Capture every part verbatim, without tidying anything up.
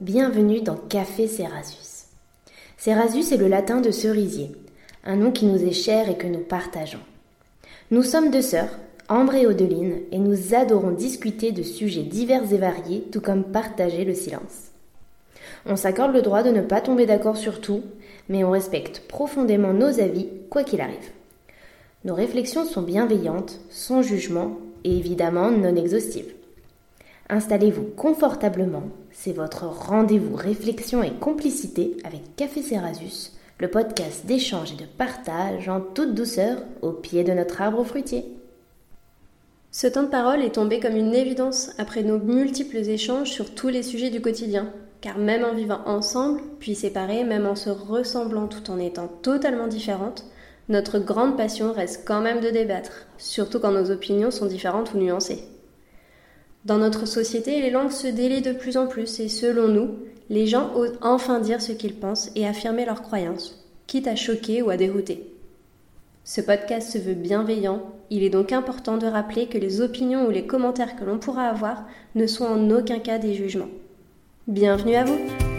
bienvenue dans Café Cerasus. Cerasus est le latin de cerisier, un nom qui nous est cher et que nous partageons. Nous sommes deux sœurs, Ambre et Odeline, et nous adorons discuter de sujets divers et variés, tout comme partager le silence. On s'accorde le droit de ne pas tomber d'accord sur tout, mais on respecte profondément nos avis, quoi qu'il arrive. Nos réflexions sont bienveillantes, sans jugement et évidemment non exhaustives. Installez-vous confortablement, c'est votre rendez-vous réflexion et complicité avec Café Cerasus, le podcast d'échange et de partage en toute douceur au pied de notre arbre fruitier. Ce temps de parole est tombé comme une évidence après nos multiples échanges sur tous les sujets du quotidien, car même en vivant ensemble, puis séparés, même en se ressemblant tout en étant totalement différentes, notre grande passion reste quand même de débattre, surtout quand nos opinions sont différentes ou nuancées. Dans notre société, les langues se délient de plus en plus et selon nous, les gens osent enfin dire ce qu'ils pensent et affirmer leurs croyances, quitte à choquer ou à dérouter. Ce podcast se veut bienveillant, il est donc important de rappeler que les opinions ou les commentaires que l'on pourra avoir ne sont en aucun cas des jugements. Bienvenue à vous!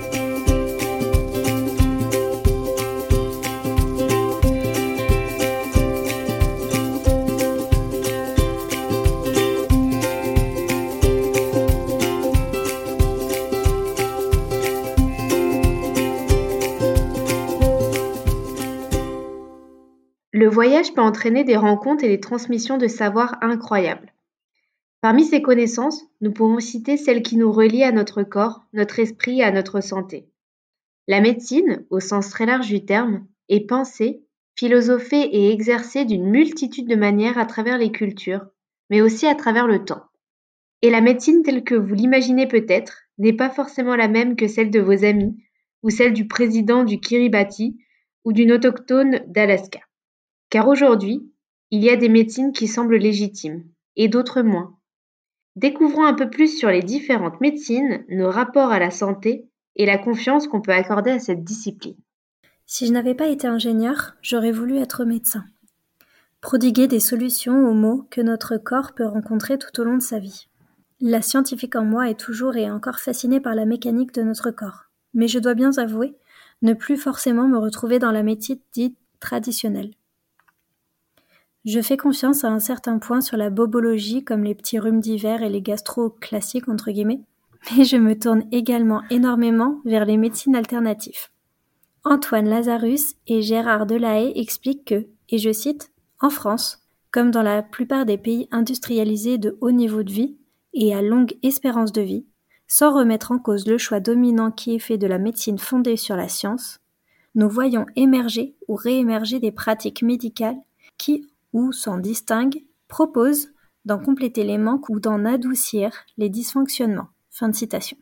Le voyage peut entraîner des rencontres et des transmissions de savoirs incroyables. Parmi ces connaissances, nous pouvons citer celles qui nous relient à notre corps, notre esprit et à notre santé. La médecine, au sens très large du terme, est pensée, philosophée et exercée d'une multitude de manières à travers les cultures, mais aussi à travers le temps. Et la médecine telle que vous l'imaginez peut-être n'est pas forcément la même que celle de vos amis, ou celle du président du Kiribati ou d'une autochtone d'Alaska. Car aujourd'hui, il y a des médecines qui semblent légitimes, et d'autres moins. Découvrons un peu plus sur les différentes médecines, nos rapports à la santé et la confiance qu'on peut accorder à cette discipline. Si je n'avais pas été ingénieur, j'aurais voulu être médecin. Prodiguer des solutions aux maux que notre corps peut rencontrer tout au long de sa vie. La scientifique en moi est toujours et encore fascinée par la mécanique de notre corps. Mais je dois bien avouer, ne plus forcément me retrouver dans la médecine dite traditionnelle. Je fais confiance à un certain point sur la bobologie comme les petits rhumes d'hiver et les gastro classiques entre guillemets, mais je me tourne également énormément vers les médecines alternatives. Antoine Lazarus et Gérard Delahaye expliquent que, et je cite, « En France, comme dans la plupart des pays industrialisés de haut niveau de vie et à longue espérance de vie, sans remettre en cause le choix dominant qui est fait de la médecine fondée sur la science, nous voyons émerger ou réémerger des pratiques médicales qui, ou s'en distinguent, proposent d'en compléter les manques ou d'en adoucir les dysfonctionnements. » Fin de citation.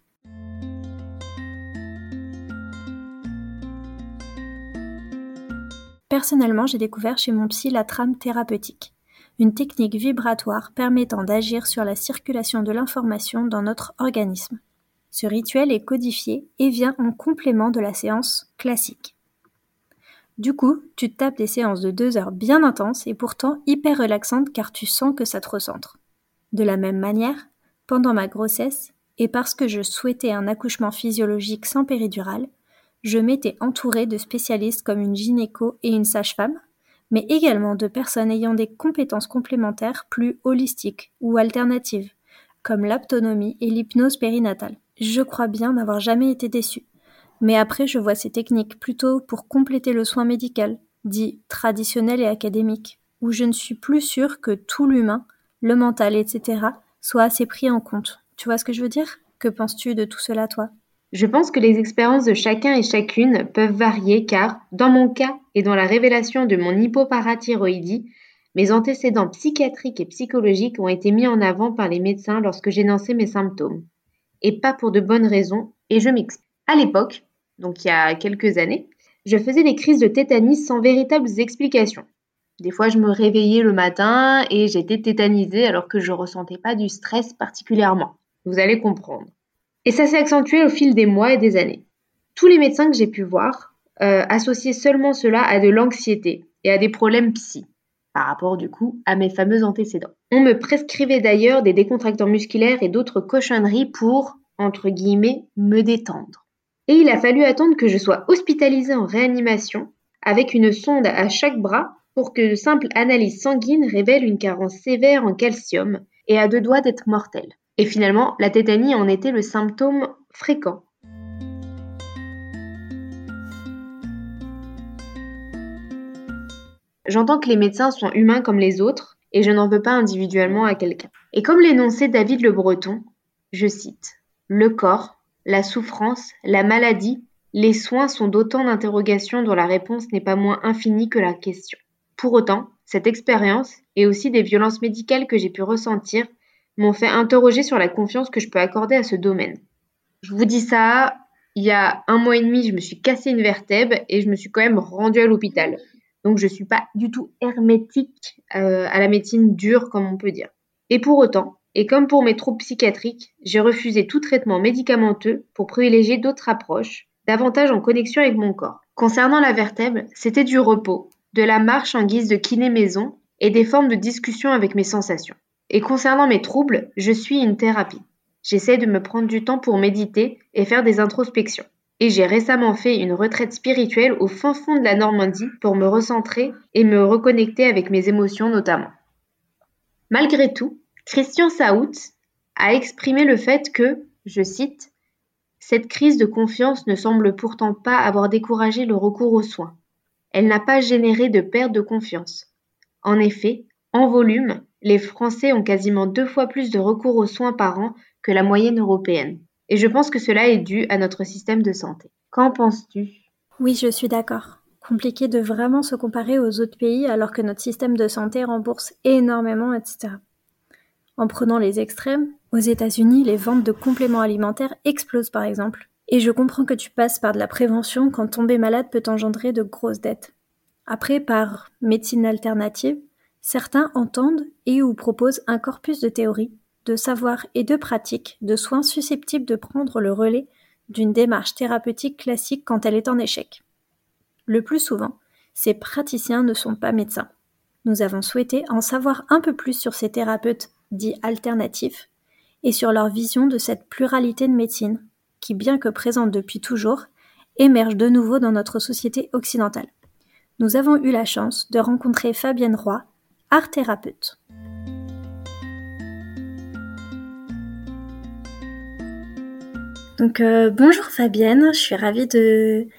Personnellement, j'ai découvert chez mon psy la trame thérapeutique, une technique vibratoire permettant d'agir sur la circulation de l'information dans notre organisme. Ce rituel est codifié et vient en complément de la séance classique. Du coup, tu te tapes des séances de deux heures bien intenses et pourtant hyper relaxantes car tu sens que ça te recentre. De la même manière, pendant ma grossesse, et parce que je souhaitais un accouchement physiologique sans péridurale, je m'étais entourée de spécialistes comme une gynéco et une sage-femme, mais également de personnes ayant des compétences complémentaires plus holistiques ou alternatives, comme l'aptonomie et l'hypnose périnatale. Je crois bien n'avoir jamais été déçue. Mais après, je vois ces techniques plutôt pour compléter le soin médical, dit traditionnel et académique, où je ne suis plus sûre que tout l'humain, le mental, et cetera, soit assez pris en compte. Tu vois ce que je veux dire ? Que penses-tu de tout cela, toi ? Je pense que les expériences de chacun et chacune peuvent varier car, dans mon cas et dans la révélation de mon hypoparathyroïdie, mes antécédents psychiatriques et psychologiques ont été mis en avant par les médecins lorsque j'énonçais mes symptômes. Et pas pour de bonnes raisons, et je m'explique. À l'époque, donc il y a quelques années, je faisais des crises de tétanis sans véritables explications. Des fois, je me réveillais le matin et j'étais tétanisée alors que je ne ressentais pas du stress particulièrement. Vous allez comprendre. Et ça s'est accentué au fil des mois et des années. Tous les médecins que j'ai pu voir euh, associaient seulement cela à de l'anxiété et à des problèmes psy, par rapport du coup à mes fameux antécédents. On me prescrivait d'ailleurs des décontracteurs musculaires et d'autres cochonneries pour entre guillemets, me détendre. Et il a fallu attendre que je sois hospitalisée en réanimation avec une sonde à chaque bras pour que de simples analyses sanguines révèlent une carence sévère en calcium et à deux doigts d'être mortelle. Et finalement, la tétanie en était le symptôme fréquent. J'entends que les médecins sont humains comme les autres et je n'en veux pas individuellement à quelqu'un. Et comme l'énonçait David Le Breton, je cite, « Le corps, la souffrance, la maladie, les soins sont d'autant d'interrogations dont la réponse n'est pas moins infinie que la question. » Pour autant, cette expérience et aussi des violences médicales que j'ai pu ressentir m'ont fait interroger sur la confiance que je peux accorder à ce domaine. Je vous dis ça, il y a un mois et demi, je me suis cassé une vertèbre et je me suis quand même rendue à l'hôpital. Donc je ne suis pas du tout hermétique euh, à la médecine dure, comme on peut dire. Et pour autant, et comme pour mes troubles psychiatriques, j'ai refusé tout traitement médicamenteux pour privilégier d'autres approches, davantage en connexion avec mon corps. Concernant la vertèbre, c'était du repos, de la marche en guise de kiné maison et des formes de discussion avec mes sensations. Et concernant mes troubles, je suis une thérapie. J'essaie de me prendre du temps pour méditer et faire des introspections. Et j'ai récemment fait une retraite spirituelle au fin fond de la Normandie pour me recentrer et me reconnecter avec mes émotions notamment. Malgré tout, Christian Saout a exprimé le fait que, je cite, « Cette crise de confiance ne semble pourtant pas avoir découragé le recours aux soins. Elle n'a pas généré de perte de confiance. En effet, en volume, les Français ont quasiment deux fois plus de recours aux soins par an que la moyenne européenne. Et je pense que cela est dû à notre système de santé. Qu'en penses-tu ? » Oui, je suis d'accord. Compliqué de vraiment se comparer aux autres pays alors que notre système de santé rembourse énormément, et cetera. En prenant les extrêmes, aux États-Unis, les ventes de compléments alimentaires explosent par exemple. Et je comprends que tu passes par de la prévention quand tomber malade peut engendrer de grosses dettes. Après, par médecine alternative, certains entendent et ou proposent un corpus de théorie, de savoir et de pratique, de soins susceptibles de prendre le relais d'une démarche thérapeutique classique quand elle est en échec. Le plus souvent, ces praticiens ne sont pas médecins. Nous avons souhaité en savoir un peu plus sur ces thérapeutes dits alternatifs et sur leur vision de cette pluralité de médecine qui, bien que présente depuis toujours, émerge de nouveau dans notre société occidentale. Nous avons eu la chance de rencontrer Fabienne Roy, art thérapeute. Donc euh, bonjour Fabienne, je suis ravie de,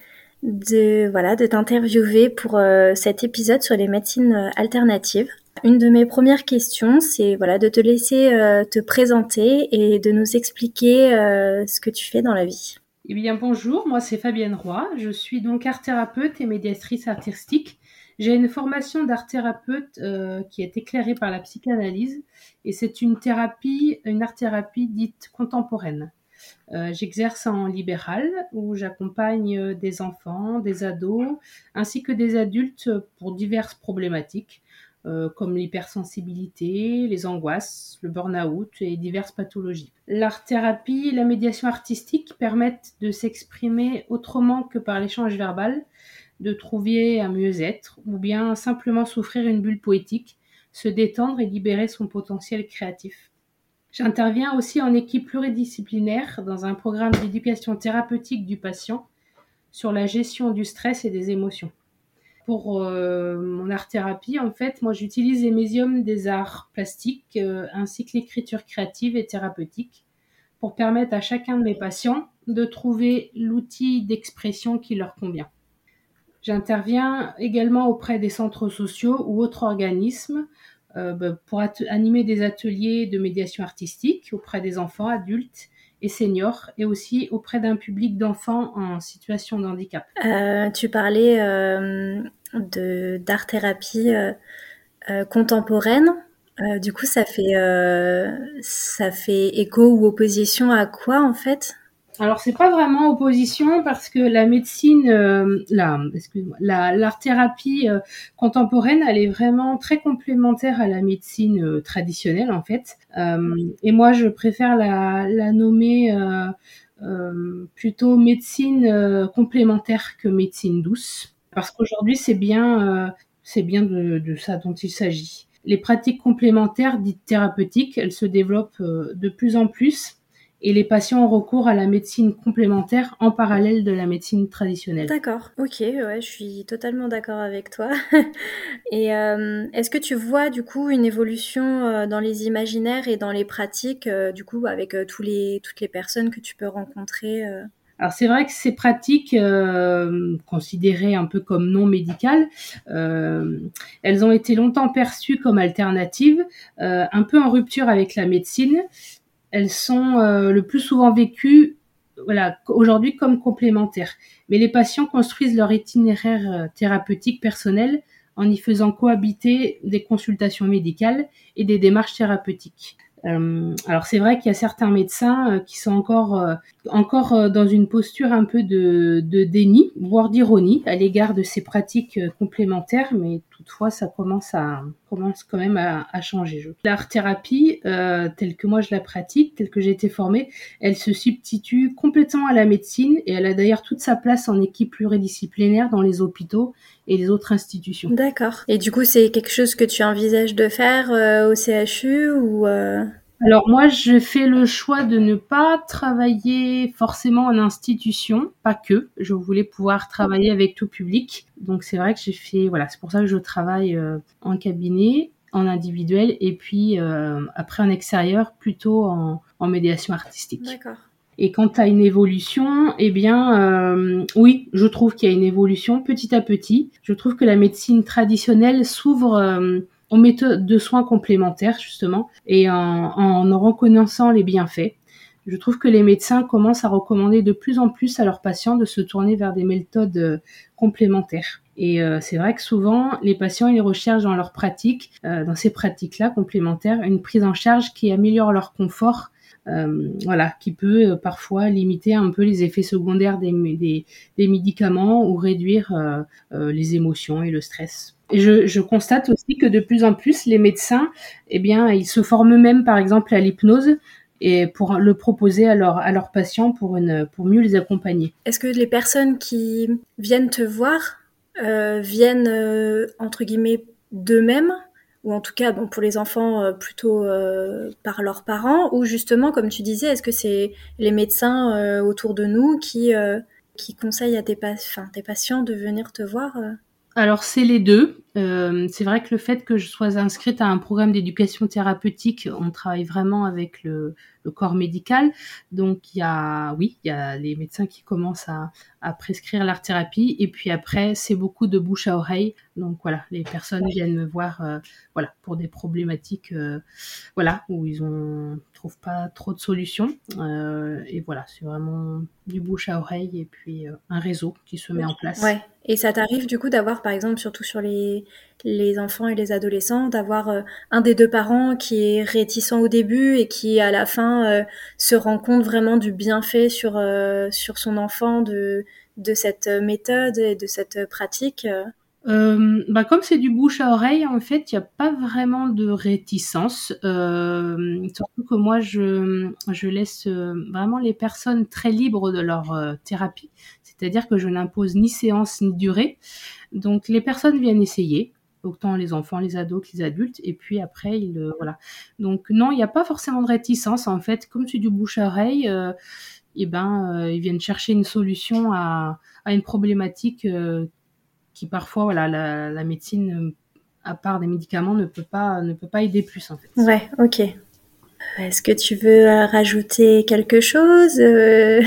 de, voilà, de t'interviewer pour euh, cet épisode sur les médecines alternatives. Une de mes premières questions, c'est voilà, de te laisser euh, te présenter et de nous expliquer euh, ce que tu fais dans la vie. Eh bien bonjour, moi c'est Fabienne Roy, je suis donc art thérapeute et médiatrice artistique. J'ai une formation d'art thérapeute euh, qui est éclairée par la psychanalyse et c'est une thérapie, une art thérapie dite contemporaine. Euh, j'exerce en libéral où j'accompagne des enfants, des ados ainsi que des adultes pour diverses problématiques euh, comme l'hypersensibilité, les angoisses, le burn-out et diverses pathologies. L'art-thérapie et la médiation artistique permettent de s'exprimer autrement que par l'échange verbal, de trouver un mieux-être ou bien simplement s'offrir une bulle poétique, se détendre et libérer son potentiel créatif. J'interviens aussi en équipe pluridisciplinaire dans un programme d'éducation thérapeutique du patient sur la gestion du stress et des émotions. Pour euh, mon art-thérapie, en fait, moi j'utilise les médiums des arts plastiques euh, ainsi que l'écriture créative et thérapeutique pour permettre à chacun de mes patients de trouver l'outil d'expression qui leur convient. J'interviens également auprès des centres sociaux ou autres organismes euh, bah, pour at- animer des ateliers de médiation artistique auprès des enfants, adultes et seniors, et aussi auprès d'un public d'enfants en situation de handicap. Euh, tu parlais euh, de, d'art-thérapie euh, euh, contemporaine. Euh, du coup, ça fait, euh, ça fait écho ou opposition à quoi, en fait ? Alors, c'est pas vraiment opposition parce que la médecine, euh, la, excuse-moi, la, l'art-thérapie euh, contemporaine, elle est vraiment très complémentaire à la médecine euh, traditionnelle, en fait. Euh, et moi, je préfère la, la nommer euh, euh, plutôt médecine euh, complémentaire que médecine douce. Parce qu'aujourd'hui, c'est bien, euh, c'est bien de, de ça dont il s'agit. Les pratiques complémentaires dites thérapeutiques, elles se développent euh, de plus en plus. et les patients ont recours à la médecine complémentaire en parallèle de la médecine traditionnelle. D'accord, ok, ouais, je suis totalement d'accord avec toi. Et euh, est-ce que tu vois du coup une évolution euh, dans les imaginaires et dans les pratiques, euh, du coup avec euh, tous les, toutes les personnes que tu peux rencontrer euh... Alors c'est vrai que ces pratiques euh, considérées un peu comme non médicales, euh, elles ont été longtemps perçues comme alternatives, euh, un peu en rupture avec la médecine. Elles sont euh, le plus souvent vécues voilà, aujourd'hui comme complémentaires. Mais les patients construisent leur itinéraire euh, thérapeutique personnel en y faisant cohabiter des consultations médicales et des démarches thérapeutiques. Euh, alors c'est vrai qu'il y a certains médecins euh, qui sont encore, euh, encore euh, dans une posture un peu de, de déni, voire d'ironie à l'égard de ces pratiques euh, complémentaires, mais toutefois ça commence, à, commence quand même à, à changer. L'art-thérapie, euh, telle que moi je la pratique, telle que j'ai été formée, elle se substitue complètement à la médecine et elle a d'ailleurs toute sa place en équipe pluridisciplinaire dans les hôpitaux et les autres institutions. D'accord. Et du coup, c'est quelque chose que tu envisages de faire euh, au C H U ou euh... Alors moi, je fais le choix de ne pas travailler forcément en institution, pas que. Je voulais pouvoir travailler avec tout public. Donc c'est vrai que j'ai fait, voilà, c'est pour ça que je travaille euh, en cabinet, en individuel, et puis euh, après en extérieur, plutôt en, en médiation artistique. D'accord. Et quant à une évolution, eh bien, euh, oui, je trouve qu'il y a une évolution petit à petit. Je trouve que la médecine traditionnelle s'ouvre euh, aux méthodes de soins complémentaires, justement, et en, en en reconnaissant les bienfaits. Je trouve que les médecins commencent à recommander de plus en plus à leurs patients de se tourner vers des méthodes euh, complémentaires. Et euh, c'est vrai que souvent, les patients, ils recherchent dans leur pratique, euh, dans ces pratiques-là complémentaires, une prise en charge qui améliore leur confort, euh, voilà, qui peut euh, parfois limiter un peu les effets secondaires des, des, des médicaments ou réduire euh, euh, les émotions et le stress. Et je, je constate aussi que de plus en plus, les médecins, eh bien, ils se forment eux-mêmes, par exemple, à l'hypnose, et pour le proposer à, leur, à leurs patients pour, une, pour mieux les accompagner. Est-ce que les personnes qui viennent te voir euh, viennent, euh, entre guillemets, d'eux-mêmes, ou en tout cas, bon, pour les enfants, euh, plutôt euh, par leurs parents, ou justement, comme tu disais, est-ce que c'est les médecins euh, autour de nous qui, euh, qui conseillent à tes, pa- enfin, tes patients de venir te voir euh Alors c'est les deux. Euh, c'est vrai que le fait que je sois inscrite à un programme d'éducation thérapeutique, on travaille vraiment avec le, le corps médical. Donc il y a, oui, il y a les médecins qui commencent à, à prescrire l'art-thérapie, et puis après c'est beaucoup de bouche à oreille. Donc voilà, les personnes viennent me voir, euh, voilà, pour des problématiques, euh, voilà, où ils ont trouvent pas trop de solutions. Euh, et voilà, c'est vraiment du bouche à oreille et puis euh, un réseau qui se met en place. Ouais. Et ça t'arrive du coup d'avoir, par exemple, surtout sur les, les enfants et les adolescents, d'avoir euh, un des deux parents qui est réticent au début et qui, à la fin, euh, se rend compte vraiment du bienfait sur, euh, sur son enfant de, de cette méthode et de cette pratique. Euh, bah comme c'est du bouche à oreille, en fait, il n'y a pas vraiment de réticence. Euh, surtout que moi, je, je laisse euh, vraiment les personnes très libres de leur euh, thérapie. C'est-à-dire que je n'impose ni séance ni durée. Donc, les personnes viennent essayer, autant les enfants, les ados que les adultes. Et puis après, ils, euh, voilà. Donc, non, il n'y a pas forcément de réticence. En fait, comme c'est du bouche à oreille, euh, et ben, euh, ils viennent chercher une solution à, à une problématique euh, qui parfois, voilà, la, la médecine, à part des médicaments, ne peut pas, ne peut pas aider plus, en fait. Ouais, ok. Est-ce que tu veux euh, rajouter quelque chose euh...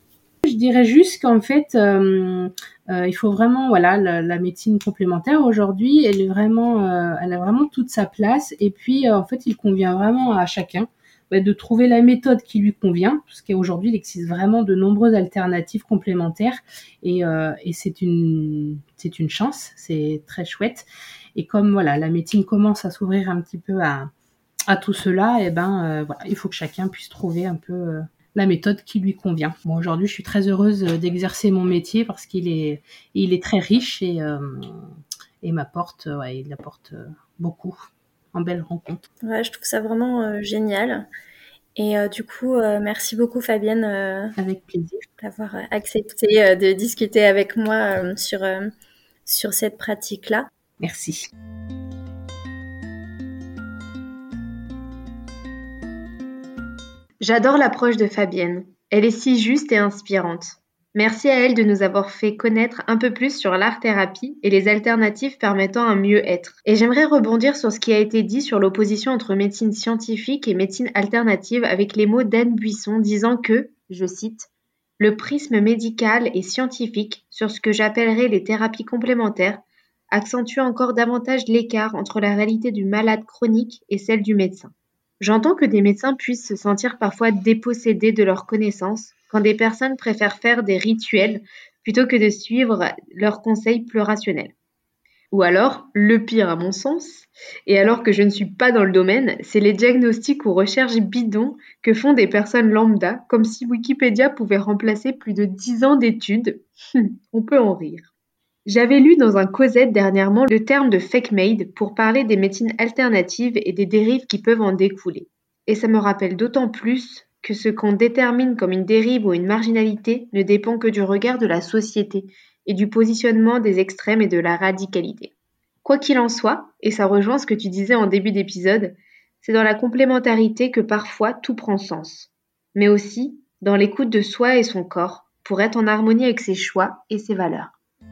Je dirais juste qu'en fait, euh, euh, il faut vraiment, voilà, la, la médecine complémentaire aujourd'hui, elle est vraiment, euh, elle a vraiment toute sa place. Et puis, euh, en fait, il convient vraiment à chacun bah, de trouver la méthode qui lui convient, parce qu'aujourd'hui, il existe vraiment de nombreuses alternatives complémentaires, et, euh, et c'est une, c'est une chance, c'est très chouette. Et comme voilà, la médecine commence à s'ouvrir un petit peu à, à tout cela, et ben, euh, voilà, il faut que chacun puisse trouver un peu euh, la méthode qui lui convient. Bon, aujourd'hui, je suis très heureuse d'exercer mon métier parce qu'il est, il est très riche et, euh, et m'apporte, ouais, il apporte beaucoup en belles rencontres. Ouais, je trouve ça vraiment euh, génial. Et euh, du coup, euh, merci beaucoup Fabienne euh, avec plaisir d'avoir accepté euh, de discuter avec moi euh, sur, euh, sur cette pratique-là. Merci. J'adore l'approche de Fabienne. Elle est si juste et inspirante. Merci à elle de nous avoir fait connaître un peu plus sur l'art-thérapie et les alternatives permettant un mieux-être. Et j'aimerais rebondir sur ce qui a été dit sur l'opposition entre médecine scientifique et médecine alternative avec les mots d'Anne Buisson disant que, je cite, « Le prisme médical et scientifique sur ce que j'appellerais les thérapies complémentaires accentue encore davantage l'écart entre la réalité du malade chronique et celle du médecin. J'entends que des médecins puissent se sentir parfois dépossédés de leurs connaissances quand des personnes préfèrent faire des rituels plutôt que de suivre leurs conseils plus rationnels. Ou alors, le pire à mon sens, et alors que je ne suis pas dans le domaine, c'est les diagnostics ou recherches bidons que font des personnes lambda, comme si Wikipédia pouvait remplacer plus de dix ans d'études. On peut en rire. J'avais lu dans un Cosette dernièrement le terme de fake made pour parler des médecines alternatives et des dérives qui peuvent en découler. Et ça me rappelle d'autant plus que ce qu'on détermine comme une dérive ou une marginalité ne dépend que du regard de la société et du positionnement des extrêmes et de la radicalité. Quoi qu'il en soit, et ça rejoint ce que tu disais en début d'épisode, c'est dans la complémentarité que parfois tout prend sens, mais aussi dans l'écoute de soi et son corps pour être en harmonie avec ses choix et ses valeurs.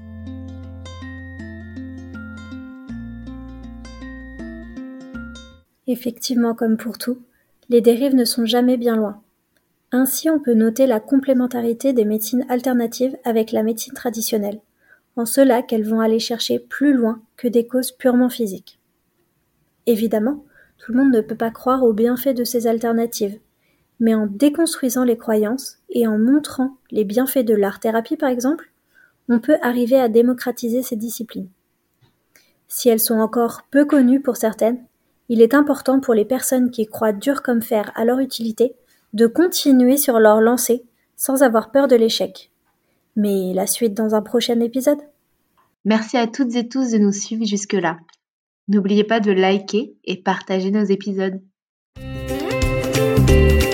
Effectivement, comme pour tout, les dérives ne sont jamais bien loin. Ainsi, on peut noter la complémentarité des médecines alternatives avec la médecine traditionnelle, en cela qu'elles vont aller chercher plus loin que des causes purement physiques. Évidemment, tout le monde ne peut pas croire aux bienfaits de ces alternatives, mais en déconstruisant les croyances et en montrant les bienfaits de l'art-thérapie par exemple, on peut arriver à démocratiser ces disciplines. Si elles sont encore peu connues pour certaines, il est important pour les personnes qui croient dur comme fer à leur utilité de continuer sur leur lancée sans avoir peur de l'échec. Mais la suite dans un prochain épisode. Merci à toutes et tous de nous suivre jusque-là. N'oubliez pas de liker et partager nos épisodes.